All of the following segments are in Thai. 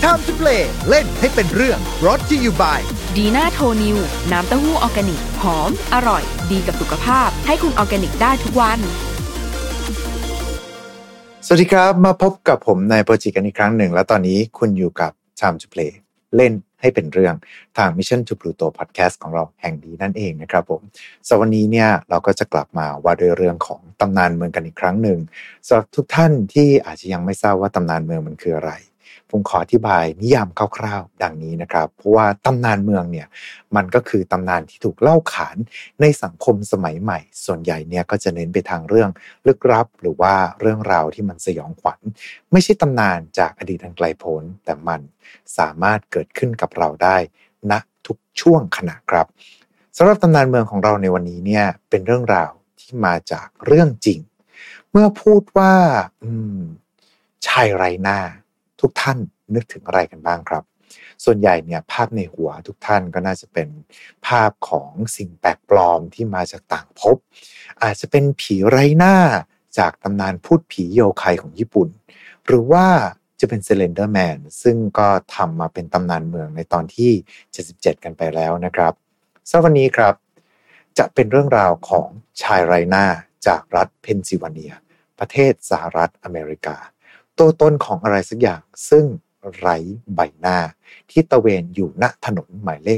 Time to Play เล่นให้เป็นเรื่อง brought to you by ดีน่าโทนิวน้ำเต้าหู้ออร์แกนิกหอมอร่อยดีกับสุขภาพให้คุณออร์แกนิกได้ทุกวันสวัสดีครับมาพบกับผมนายโปรจิกันอีกครั้งหนึ่งและตอนนี้คุณอยู่กับ Time to Play เล่นให้เป็นเรื่องทาง Mission to Pluto Podcast ของเราแห่งนี้นั่นเองนะครับผมสำหรับวันนี้เนี่ยเราก็จะกลับมาว่าด้วยเรื่องของตำนานเมืองกันอีกครั้งหนึ่งสำหรับทุกท่านที่อาจจะยังไม่ทราบว่าตำนานเมืองมันคืออะไรผมขออธิบายนิยามคร่าวๆดังนี้นะครับเพราะว่าตำนานเมืองเนี่ยมันก็คือตำนานที่ถูกเล่าขานในสังคมสมัยใหม่ส่วนใหญ่เนี่ยก็จะเน้นไปทางเรื่องลึกลับหรือว่าเรื่องราวที่มันสยองขวัญไม่ใช่ตำนานจากอดีตอันไกลโพ้นแต่มันสามารถเกิดขึ้นกับเราได้ณทุกช่วงขณะครับสำหรับตำนานเมืองของเราในวันนี้เนี่ยเป็นเรื่องราวที่มาจากเรื่องจริงเมื่อพูดว่าชายไร้หน้าทุกท่านนึกถึงอะไรกันบ้างครับส่วนใหญ่เนี่ยภาพในหัวทุกท่านก็น่าจะเป็นภาพของสิ่งแปลกปลอมที่มาจากต่างภพอาจจะเป็นผีไร้หน้าจากตำนานพูดผีโยไคของญี่ปุ่นหรือว่าจะเป็น Slender Man ซึ่งก็ทำมาเป็นตำนานเมืองในตอนที่77กันไปแล้วนะครับสำหรับวันนี้ครับจะเป็นเรื่องราวของชายไร้หน้าจากรัฐเพนซิลเวเนียประเทศสหรัฐอเมริกาตัวตนของอะไรสักอย่างซึ่งไร้ใบหน้าที่ตะเวนอยู่ณถนนหมายเลข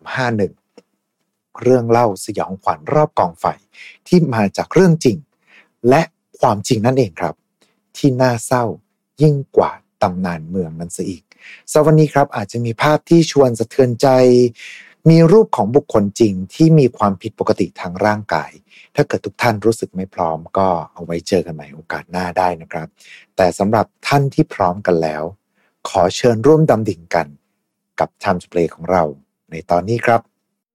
351เรื่องเล่าสยองขวัญรอบกองไฟที่มาจากเรื่องจริงและความจริงนั่นเองครับที่น่าเศร้ายิ่งกว่าตำนานเมืองนั้นซะอีกสำหรับวันนี้ครับอาจจะมีภาพที่ชวนสะเทือนใจมีรูปของบุคคลจริงที่มีความผิดปกติทางร่างกายถ้าเกิดทุกท่านรู้สึกไม่พร้อมก็เอาไว้เจอกันใหม่โอกาสหน้าได้นะครับแต่สำหรับท่านที่พร้อมกันแล้วขอเชิญร่วมดำดิ่งกันกับ Time to Play ของเราในตอนนี้ครับ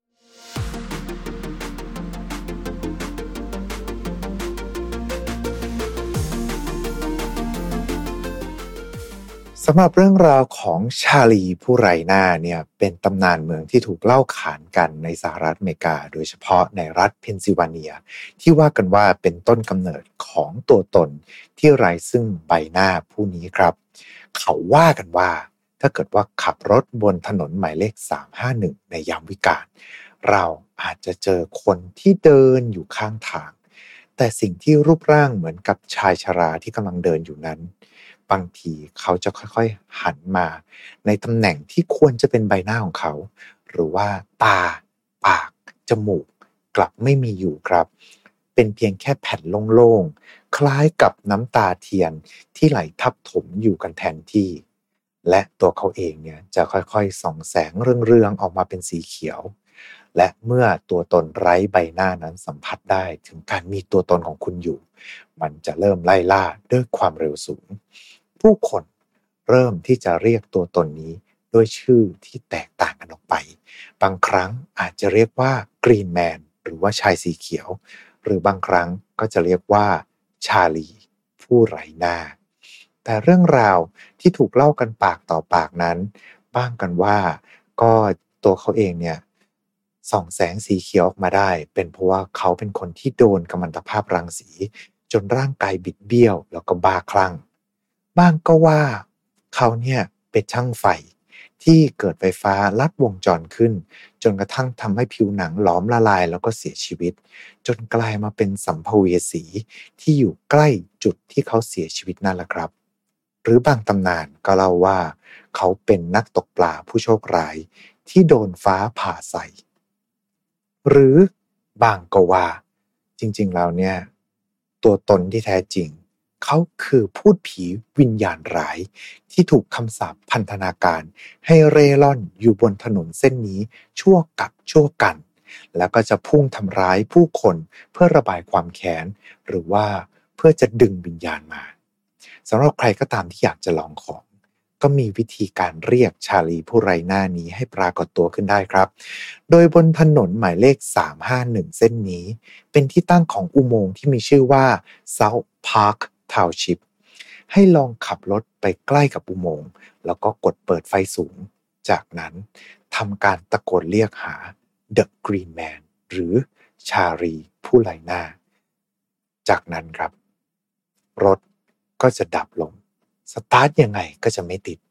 สำหรับเรื่องราวของชาลีผู้ไร้หน้าเนี่ยเป็นตำนานเมืองที่ถูกเล่าขานกันในสหรัฐอเมริกาโดยเฉพาะในรัฐเพนซิลเวเนียที่ว่ากันว่าเป็นต้นกำเนิดของตัวตนที่ไร้ซึ่งใบหน้าผู้นี้ครับเขาว่ากันว่าถ้าเกิดว่าขับรถบนถนนหมายเลข351ในยามวิกาลเราอาจจะเจอคนที่เดินอยู่ข้างทางแต่สิ่งที่รูปร่างเหมือนกับชายชราที่กำลังเดินอยู่นั้นบางทีเขาจะค่อยๆหันมาในตำแหน่งที่ควรจะเป็นใบหน้าของเขาหรือว่าตาปากจมูกกลับไม่มีอยู่ครับเป็นเพียงแค่แผ่นโล่งๆคล้ายกับน้ำตาเทียนที่ไหลทับถมอยู่กันแทนที่และตัวเขาเองเนี่ยจะค่อยๆส่องแสงเรืองๆออกมาเป็นสีเขียวและเมื่อตัวตนไร้ใบหน้านั้นสัมผัสได้ถึงการมีตัวตนของคุณอยู่มันจะเริ่มไล่ล่าด้วยความเร็วสูงผู้คนเริ่มที่จะเรียกตัวตนนี้ด้วยชื่อที่แตกต่างกันออกไปบางครั้งอาจจะเรียกว่ากรีนแมนหรือว่าชายสีเขียวหรือบางครั้งก็จะเรียกว่าชาลีผู้ไร้หน้าแต่เรื่องราวที่ถูกเล่ากันปากต่อปากนั้นบ้างกันว่าก็ตัวเขาเองเนี่ยส่องแสงสีเขียวออกมาได้เป็นเพราะว่าเขาเป็นคนที่โดนกัมมันตภาพรังสีจนร่างกายบิดเบี้ยวแล้วก็บ้าคลั่งบ้างก็ว่าเขาเนี่ยเป็นช่างไฟที่เกิดไฟฟ้าลัดวงจรขึ้นจนกระทั่งทำให้ผิวหนังหลอมละลายแล้วก็เสียชีวิตจนกลายมาเป็นสัมภเวสีที่อยู่ใกล้จุดที่เขาเสียชีวิตนั่นแหละครับหรือบางตำนานก็เล่าว่าเขาเป็นนักตกปลาผู้โชคร้ายที่โดนฟ้าผ่าใส่หรือบางก็ว่าจริงๆแล้วเนี่ยตัวตนที่แท้จริงเขาคือพูดผีวิญญาณร้ายที่ถูกคำสาปพันธนาการให้เร่ร่อนอยู่บนถนนเส้นนี้ชั่วกับชั่วกันแล้วก็จะพุ่งทำร้ายผู้คนเพื่อระบายความแค้นหรือว่าเพื่อจะดึงวิญญาณมาสำหรับใครก็ตามที่อยากจะลองของก็มีวิธีการเรียกชาลีผู้ไร้หน้านี้ให้ปรากฏตัวขึ้นได้ครับโดยบนถนนหมายเลข351เส้นนี้เป็นที่ตั้งของอุโมงค์ที่มีชื่อว่า South Park Township ให้ลองขับรถไปใกล้กับอุโมงค์แล้วก็กดเปิดไฟสูงจากนั้นทำการตะโกนเรียกหา The Green Man หรือชาลีผู้ไร้หน้าจากนั้นครับรถก็จะดับลงสตาร์ทยังไงก็จะไม่ติด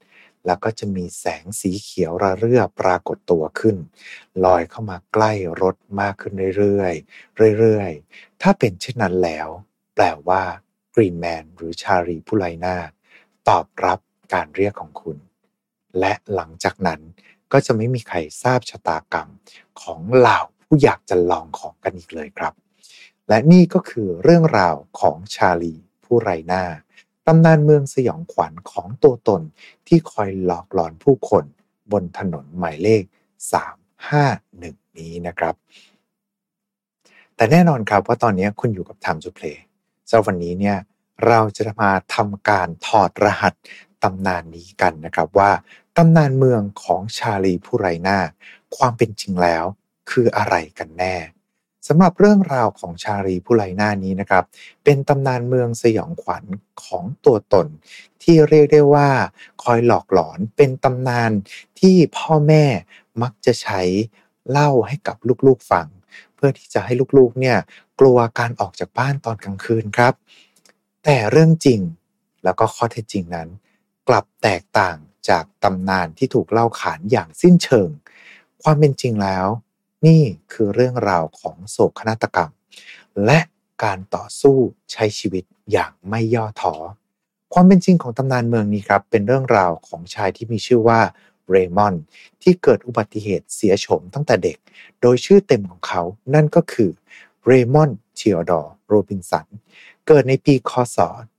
แล้วก็จะมีแสงสีเขียวระเรื่อปรากฏตัวขึ้นลอยเข้ามาใกล้รถมากขึ้นเรื่อยๆเรื่อยๆถ้าเป็นเช่นนั้นแล้วแปลว่ากรีนแมนหรือชาลีผู้ไร้หน้าตอบรับการเรียกของคุณและหลังจากนั้นก็จะไม่มีใครทราบชะตากรรมของเหล่าผู้อยากจะลองของกันอีกเลยครับและนี่ก็คือเรื่องราวของชาลีผู้ไร้หน้าตำนานเมืองสยองขวัญของตัวตนที่คอยหลอกหลอนผู้คนบนถนนหมายเลข351นี้นะครับแต่แน่นอนครับว่าตอนนี้คุณอยู่กับ Time to Play สำหรับวันนี้เนี่ยเราจะมาทำการถอดรหัสตำนานนี้กันนะครับว่าตำนานเมืองของชาลีผู้ไร้หน้าความเป็นจริงแล้วคืออะไรกันแน่สำหรับเรื่องราวของชาลีผู้ไร้หน้านี้นะครับเป็นตำนานเมืองสยองขวัญของตัวตนที่เรียกได้ว่าคอยหลอกหลอนเป็นตำนานที่พ่อแม่มักจะใช้เล่าให้กับลูกๆฟังเพื่อที่จะให้ลูกๆเนี่ยกลัวการออกจากบ้านตอนกลางคืนครับแต่เรื่องจริงแล้วก็ข้อเท็จจริงนั้นกลับแตกต่างจากตำนานที่ถูกเล่าขานอย่างสิ้นเชิงความเป็นจริงแล้วนี่คือเรื่องราวของโศกนาฏกรรมและการต่อสู้ใช้ชีวิตอย่างไม่ย่อท้อความเป็นจริงของตำนานเมืองนี้ครับเป็นเรื่องราวของชายที่มีชื่อว่าเรย์มอนด์ที่เกิดอุบัติเหตุเสียโฉมตั้งแต่เด็กโดยชื่อเต็มของเขานั่นก็คือเรย์มอนด์เทียโดอร์โรบินสันเกิดในปีค.ศ.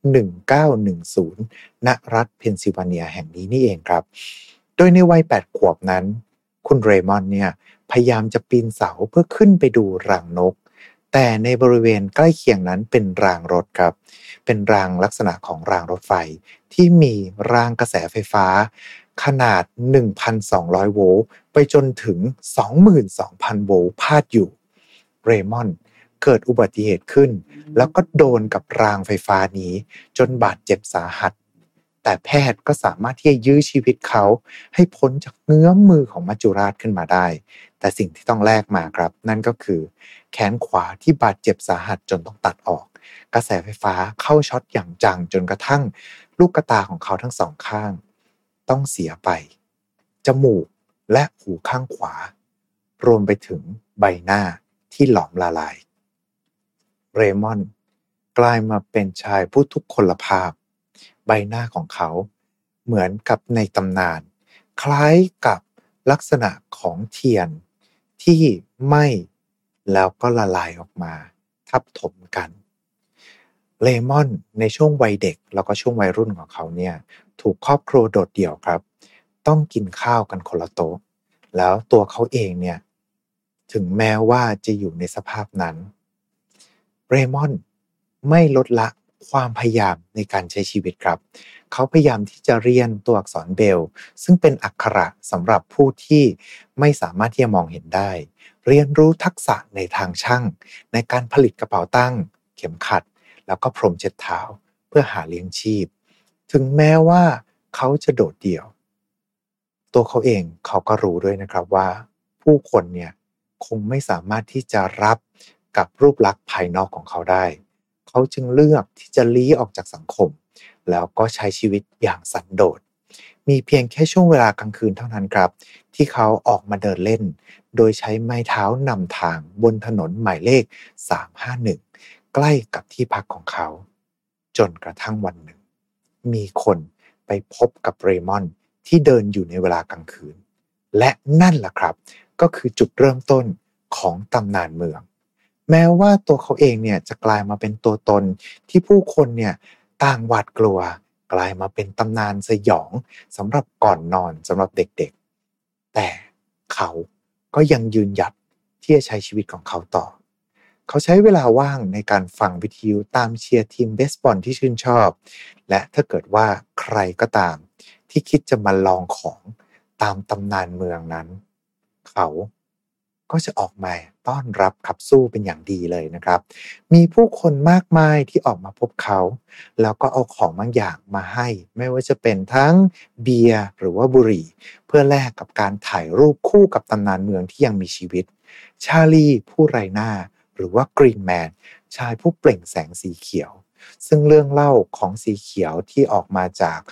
1910 ณ รัฐเพนซิลเวเนียแห่งนี้นี่เองครับโดยในวัย8 ขวบนั้นคุณเรย์มอนด์เนี่ยพยายามจะปีนเสาเพื่อขึ้นไปดูรังนกแต่ในบริเวณใกล้เคียงนั้นเป็นรางรถครับเป็นรางลักษณะของรางรถไฟที่มีรางกระแสไฟฟ้าขนาด 1,200 โวลต์ไปจนถึง 22,000 โวลต์พาดอยู่เรย์มอนด์เกิดอุบัติเหตุขึ้นแล้วก็โดนกับรางไฟฟ้านี้จนบาดเจ็บสาหัสแต่แพทย์ก็สามารถที่จะยื้อชีวิตเขาให้พ้นจากเงื้อมมือของมัจจุราชขึ้นมาได้แต่สิ่งที่ต้องแลกมาครับนั่นก็คือแขนขวาที่บาดเจ็บสาหัสจนต้องตัดออกกระแสไฟฟ้าเข้าช็อตอย่างจังจนกระทั่งลูกตาของเขาทั้งสองข้างต้องเสียไปจมูกและหูข้างขวารวมไปถึงใบหน้าที่หลอมละลายเรมอนด์กลายมาเป็นชายผู้ทุพพลภาพใบหน้าของเขาเหมือนกับในตำนานคล้ายกับลักษณะของเทียนที่ไหม้แล้วก็ละลายออกมาทับถมกันเรมอนด์ในช่วงวัยเด็กแล้วก็ช่วงวัยรุ่นของเขาเนี่ยถูกครอบครัวโดดเดี่ยวครับต้องกินข้าวกันคนละโต๊ะแล้วตัวเขาเองเนี่ยถึงแม้ว่าจะอยู่ในสภาพนั้นเรมอนด์ไม่ลดละความพยายามในการใช้ชีวิตครับเขาพยายามที่จะเรียนตัวอักษรเบรลล์ซึ่งเป็นอักขระสำหรับผู้ที่ไม่สามารถที่จะมองเห็นได้เรียนรู้ทักษะในทางช่างในการผลิตกระเป๋าตังค์เข็มขัดแล้วก็พรมเช็ดเท้าเพื่อหาเลี้ยงชีพถึงแม้ว่าเขาจะโดดเดี่ยวตัวเขาเองเขาก็รู้ด้วยนะครับว่าผู้คนเนี่ยคงไม่สามารถที่จะรับกับรูปลักษณ์ภายนอกของเขาได้เขาจึงเลือกที่จะลี้ออกจากสังคมแล้วก็ใช้ชีวิตอย่างสันโดษมีเพียงแค่ช่วงเวลากลางคืนเท่านั้นครับที่เขาออกมาเดินเล่นโดยใช้ไม้เท้านำทางบนถนนหมายเลข351ใกล้กับที่พักของเขาจนกระทั่งวันหนึ่งมีคนไปพบกับเรมอนด์ที่เดินอยู่ในเวลากลางคืนและนั่นแหละครับก็คือจุดเริ่มต้นของตำนานเมืองแม้ว่าตัวเขาเองเนี่ยจะกลายมาเป็นตัวตนที่ผู้คนเนี่ยต่างหวาดกลัวกลายมาเป็นตำนานสยองสำหรับก่อนนอนสำหรับเด็กๆแต่เขาก็ยังยืนหยัดที่จะใช้ชีวิตของเขาต่อเขาใช้เวลาว่างในการฟังวิทยุตามเชียร์ทีมเบสบอลที่ชื่นชอบและถ้าเกิดว่าใครก็ตามที่คิดจะมาลองของตามตำนานเมืองนั้นเขาก็จะออกมาต้อนรับขับสู้เป็นอย่างดีเลยนะครับมีผู้คนมากมายที่ออกมาพบเขาแล้วก็เอาของบางอย่างมาให้ไม่ว่าจะเป็นทั้งเบียร์หรือว่าบุหรี่เพื่อแลกกับการถ่ายรูปคู่กับตำนานเมืองที่ยังมีชีวิตชาลีผู้ไร้หน้าหรือว่ากรีนแมนชายผู้เปล่งแสงสีเขียวซึ่งเรื่องเล่าของสีเขียวที่ออกมาจาก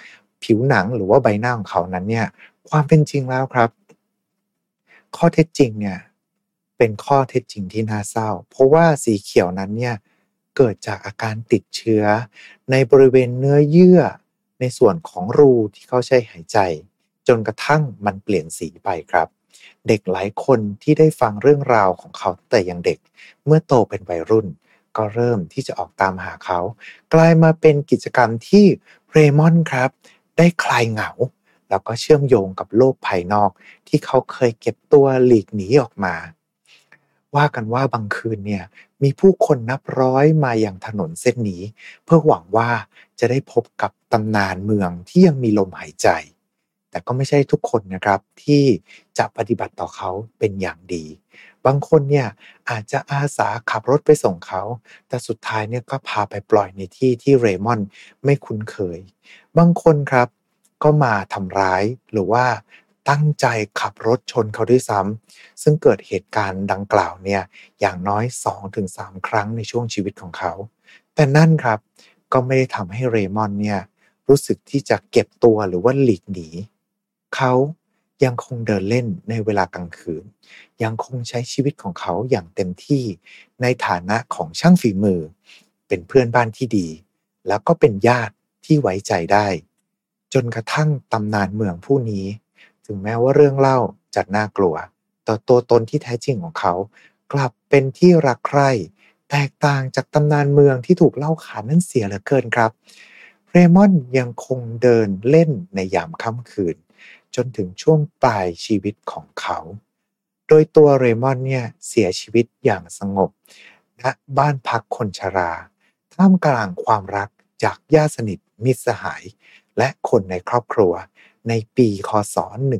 ผิวหนังหรือว่าใบหน้าของเขานั้นเนี่ยความเป็นจริงแล้วครับข้อเท็จจริงเนี่ยเป็นข้อเท็จจริงที่น่าเศร้าเพราะว่าสีเขียวนั้นเนี่ยเกิดจากอาการติดเชื้อในบริเวณเนื้อเยื่อในส่วนของรูที่เขาใช้หายใจจนกระทั่งมันเปลี่ยนสีไปครับเด็กหลายคนที่ได้ฟังเรื่องราวของเขาแต่ยังเด็กเมื่อโตเป็นวัยรุ่นก็เริ่มที่จะออกตามหาเขากลายมาเป็นกิจกรรมที่เรมอนครับได้คลายเหงาแล้วก็เชื่อมโยงกับโลกภายนอกที่เขาเคยเก็บตัวหลีกหนีออกมาว่ากันว่าบางคืนเนี่ยมีผู้คนนับร้อยมาอย่างถนนเส้นนี้เพื่อหวังว่าจะได้พบกับตำนานเมืองที่ยังมีลมหายใจแต่ก็ไม่ใช่ทุกคนนะครับที่จะปฏิบัติต่อเขาเป็นอย่างดีบางคนเนี่ยอาจจะอาสาขับรถไปส่งเขาแต่สุดท้ายเนี่ยก็พาไปปล่อยในที่ที่เรมอนไม่คุ้นเคยบางคนครับก็มาทำร้ายหรือว่าตั้งใจขับรถชนเขาด้วยซ้ำซึ่งเกิดเหตุการณ์ดังกล่าวเนี่ยอย่างน้อย 2-3 ครั้งในช่วงชีวิตของเขาแต่นั่นครับก็ไม่ได้ทำให้เรมอนเนี่ยรู้สึกที่จะเก็บตัวหรือว่าหลีกหนีเขายังคงเดินเล่นในเวลากลางคืนยังคงใช้ชีวิตของเขาอย่างเต็มที่ในฐานะของช่างฝีมือเป็นเพื่อนบ้านที่ดีแล้วก็เป็นญาติที่ไว้ใจได้จนกระทั่งตำนานเมืองผู้นี้ถึงแม้ว่าเรื่องเล่าจะน่ากลัวแต่ตัวตนที่แท้จริงของเขากลับเป็นที่รักใคร่แตกต่างจากตำนานเมืองที่ถูกเล่าขานนั้นเสียเหลือเกินครับเรมอนยังคงเดินเล่นในยามค่ำคืนจนถึงช่วงปลายชีวิตของเขาโดยตัวเรมอนเนี่ยเสียชีวิตอย่างสงบณบ้านพักคนชราท่ามกลางความรักจากญาติสนิทมิตรสหายและคนในครอบครัวในปีค.ศ.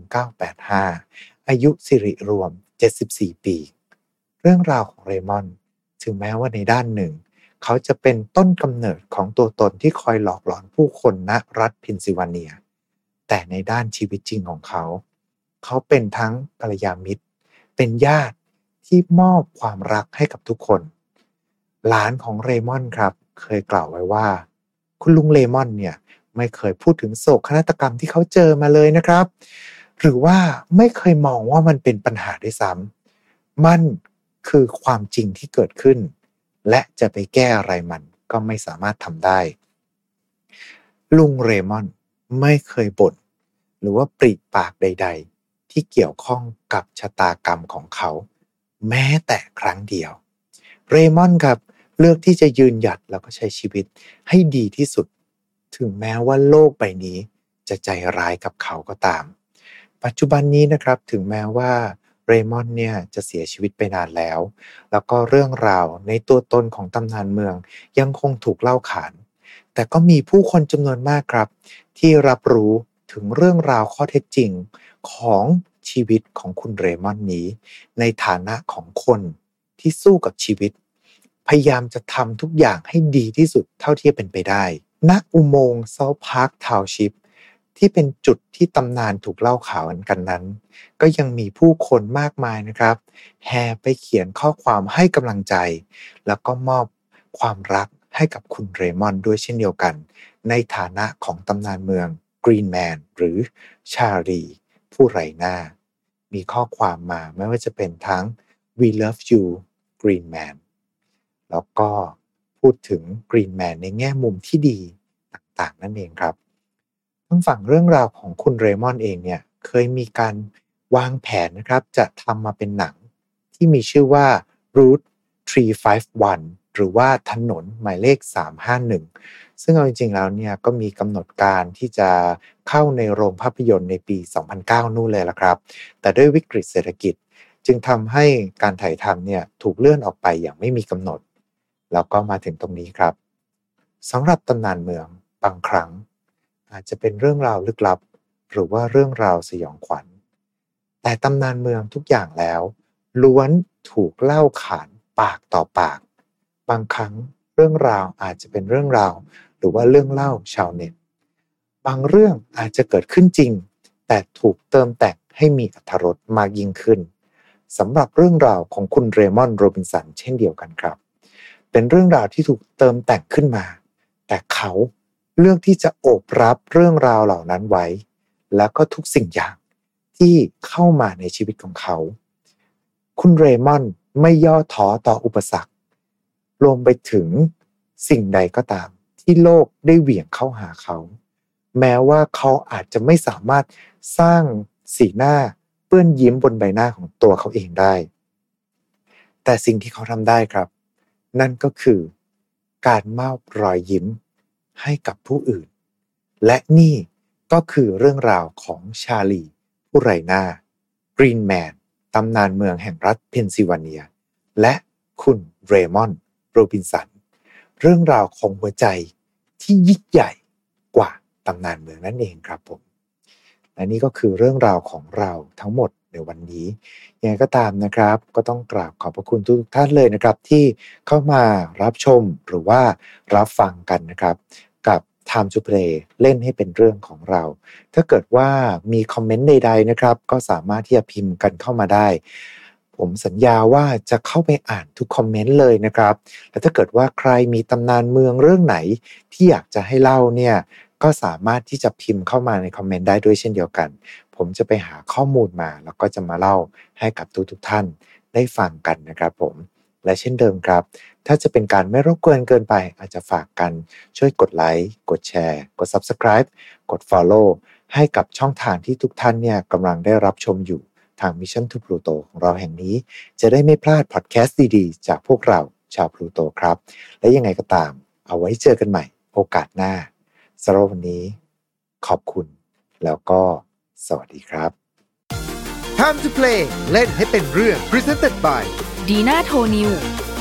1985อายุสิริรวม74ปีเรื่องราวของเรมอนถึงแม้ว่าในด้านหนึ่งเขาจะเป็นต้นกำเนิดของตัวตนที่คอยหลอกหลอนผู้คนณรัฐเพนซิลเวเนียแต่ในด้านชีวิตจริงของเขาเป็นทั้งกัลยาณมิตรเป็นญาติที่มอบความรักให้กับทุกคนหลานของเรมอนครับเคยกล่าวไว้ว่าคุณลุงเรมอนเนี่ยไม่เคยพูดถึงโศกนาฏกรรมที่เขาเจอมาเลยนะครับหรือว่าไม่เคยมองว่ามันเป็นปัญหาด้วยซ้ำมันคือความจริงที่เกิดขึ้นและจะไปแก้อะไรมันก็ไม่สามารถทำได้ลุงเรมอนไม่เคยบ่นหรือว่าปริปากใดๆที่เกี่ยวข้องกับชะตากรรมของเขาแม้แต่ครั้งเดียวเรมอนครับเลือกที่จะยืนหยัดแล้วก็ใช้ชีวิตให้ดีที่สุดถึงแม้ว่าโลกใบนี้จะใจร้ายกับเขาก็ตามปัจจุบันนี้นะครับถึงแม้ว่าเรมอนเนี่ยจะเสียชีวิตไปนานแล้วแล้วก็เรื่องราวในตัวตนของตำนานเมืองยังคงถูกเล่าขานแต่ก็มีผู้คนจำนวนมากครับที่รับรู้ถึงเรื่องราวข้อเท็จจริงของชีวิตของคุณเรมอนนี้ในฐานะของคนที่สู้กับชีวิตพยายามจะทำทุกอย่างให้ดีที่สุดเท่าที่จะเป็นไปได้ณอุโมงค์เซาท์พาร์คทาวน์ชิพที่เป็นจุดที่ตำนานถูกเล่าข่าวกันนั้นก็ยังมีผู้คนมากมายนะครับแห่ไปเขียนข้อความให้กำลังใจแล้วก็มอบความรักให้กับคุณเรมอนด้วยเช่นเดียวกันในฐานะของตำนานเมืองกรีนแมนหรือชาลีผู้ไร้หน้ามีข้อความมาไม่ว่าจะเป็นทั้ง We love you Green Man แล้วก็พูดถึง Green Man ในแง่มุมที่ดีต่างๆนั่นเองครับทั้งฝั่งเรื่องราวของคุณเรมอนเองเนี่ยเคยมีการวางแผนนะครับจะทำมาเป็นหนังที่มีชื่อว่า Route 351หรือว่าถนนหมายเลข351ซึ่งเอาจริงๆแล้วเนี่ยก็มีกำหนดการที่จะเข้าในโรงภาพยนตร์ในปี2009นู่นเลยละครับแต่ด้วยวิกฤตเศรษฐกิจจึงทำให้การถ่ายทำเนี่ยถูกเลื่อนออกไปอย่างไม่มีกำหนดแล้วก็มาถึงตรงนี้ครับสำหรับตำนานเมืองบางครั้งอาจจะเป็นเรื่องราวลึกลับหรือว่าเรื่องราวสยองขวัญแต่ตำนานเมืองทุกอย่างแล้วล้วนถูกเล่าขานปากต่อปากบางครั้งเรื่องราวอาจจะเป็นเรื่องราวหรือว่าเรื่องเล่าชาวเน็ตบางเรื่องอาจจะเกิดขึ้นจริงแต่ถูกเติมแต่งให้มีอรรถรสมากยิ่งขึ้นสำหรับเรื่องราวของคุณเรมอนโรบินสันเช่นเดียวกันครับเป็นเรื่องราวที่ถูกเติมแต่งขึ้นมาแต่เขาเรื่องที่จะโอบรับเรื่องราวเหล่านั้นไว้แล้วก็ทุกสิ่งอย่างที่เข้ามาในชีวิตของเขาคุณเรมอนไม่ย่อท้อต่ออุปสรรครวมไปถึงสิ่งใดก็ตามที่โลกได้เหวี่ยงเข้าหาเขาแม้ว่าเขาอาจจะไม่สามารถสร้างสีหน้าเปื้อนยิ้มบนใบหน้าของตัวเขาเองได้แต่สิ่งที่เขาทำได้ครับนั่นก็คือการมอบรอยยิ้มให้กับผู้อื่นและนี่ก็คือเรื่องราวของชาลีผู้ไร้หน้ากรีนแมนตำนานเมืองแห่งรัฐเพนซิลเวเนียและคุณเรมอนโรบินสันเรื่องราวของหัวใจที่ยิ่งใหญ่กว่าตำนานเมืองนั่นเองครับผมและนี่ก็คือเรื่องราวของเราทั้งหมดในวันนี้ยังไงก็ตามนะครับก็ต้องกราบขอบพระคุณทุกท่านเลยนะครับที่เข้ามารับชมหรือว่ารับฟังกันนะครับกับ Time to Play เล่นให้เป็นเรื่องของเราถ้าเกิดว่ามีคอมเมนต์ใดๆนะครับก็สามารถที่จะพิมพ์กันเข้ามาได้ผมสัญญาว่าจะเข้าไปอ่านทุกคอมเมนต์เลยนะครับและถ้าเกิดว่าใครมีตำนานเมืองเรื่องไหนที่อยากจะให้เล่าเนี่ยก็สามารถที่จะพิมพ์เข้ามาในคอมเมนต์ได้ด้วยเช่นเดียวกันผมจะไปหาข้อมูลมาแล้วก็จะมาเล่าให้กับทุกท่านได้ฟังกันนะครับผมและเช่นเดิมครับถ้าจะเป็นการไม่รบกวนเกินไปอาจจะฝากกันช่วยกดไลค์กดแชร์กด Subscribe กด Follow ให้กับช่องทางที่ทุกท่านเนี่ยกำลังได้รับชมอยู่ทาง Mission to Pluto ของเราแห่งนี้จะได้ไม่พลาดพอดแคสต์ดีๆจากพวกเราชาวพลูโตครับและยังไงก็ตามเอาไว้เจอกันใหม่โอกาสหน้าสำหรับวันนี้ขอบคุณแล้วก็สวัสดีครับ Time to Play เล่นให้เป็นเรื่อง Presented by ดีน่าโทนิว